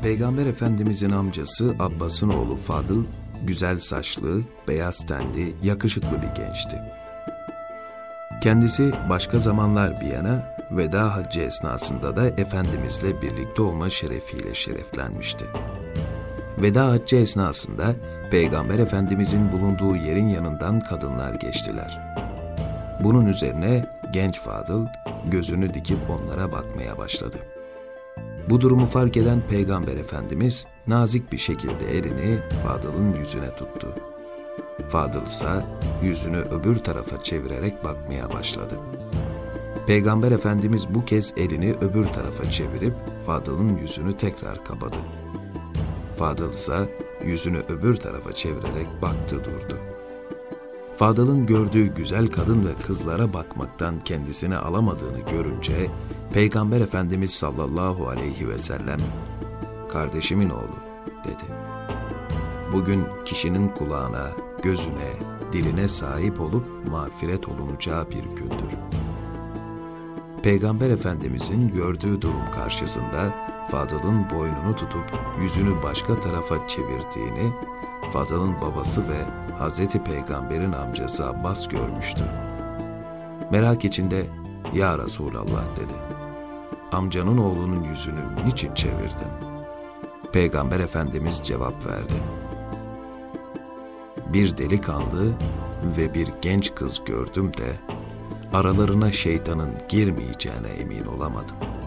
Peygamber Efendimizin amcası Abbas'ın oğlu Fadıl, güzel saçlı, beyaz tenli, yakışıklı bir gençti. Kendisi başka zamanlar bir yana, veda haccı esnasında da Efendimizle birlikte olma şerefiyle şereflenmişti. Veda haccı esnasında Peygamber Efendimizin bulunduğu yerin yanından kadınlar geçtiler. Bunun üzerine genç Fadıl gözünü dikip onlara bakmaya başladı. Bu durumu fark eden Peygamber Efendimiz nazik bir şekilde elini Fadıl'ın yüzüne tuttu. Fadıl ise yüzünü öbür tarafa çevirerek bakmaya başladı. Peygamber Efendimiz bu kez elini öbür tarafa çevirip Fadıl'ın yüzünü tekrar kapadı. Fadıl ise yüzünü öbür tarafa çevirerek baktı durdu. Fadıl'ın gördüğü güzel kadın ve kızlara bakmaktan kendisini alamadığını görünce Peygamber Efendimiz sallallahu aleyhi ve sellem, "Kardeşimin oğlu," dedi. "Bugün kişinin kulağına, gözüne, diline sahip olup mağfiret olunacağı bir gündür." Peygamber Efendimizin gördüğü durum karşısında Fadıl'ın boynunu tutup yüzünü başka tarafa çevirdiğini Fadıl'ın babası ve Hazreti Peygamber'in amcası Abbas görmüştü. Merak içinde, "Ya Resulallah," dedi. "Amcanın oğlunun yüzünü niçin çevirdin?" Peygamber Efendimiz cevap verdi. "Bir delikanlı ve bir genç kız gördüm de aralarına şeytanın girmeyeceğine emin olamadım."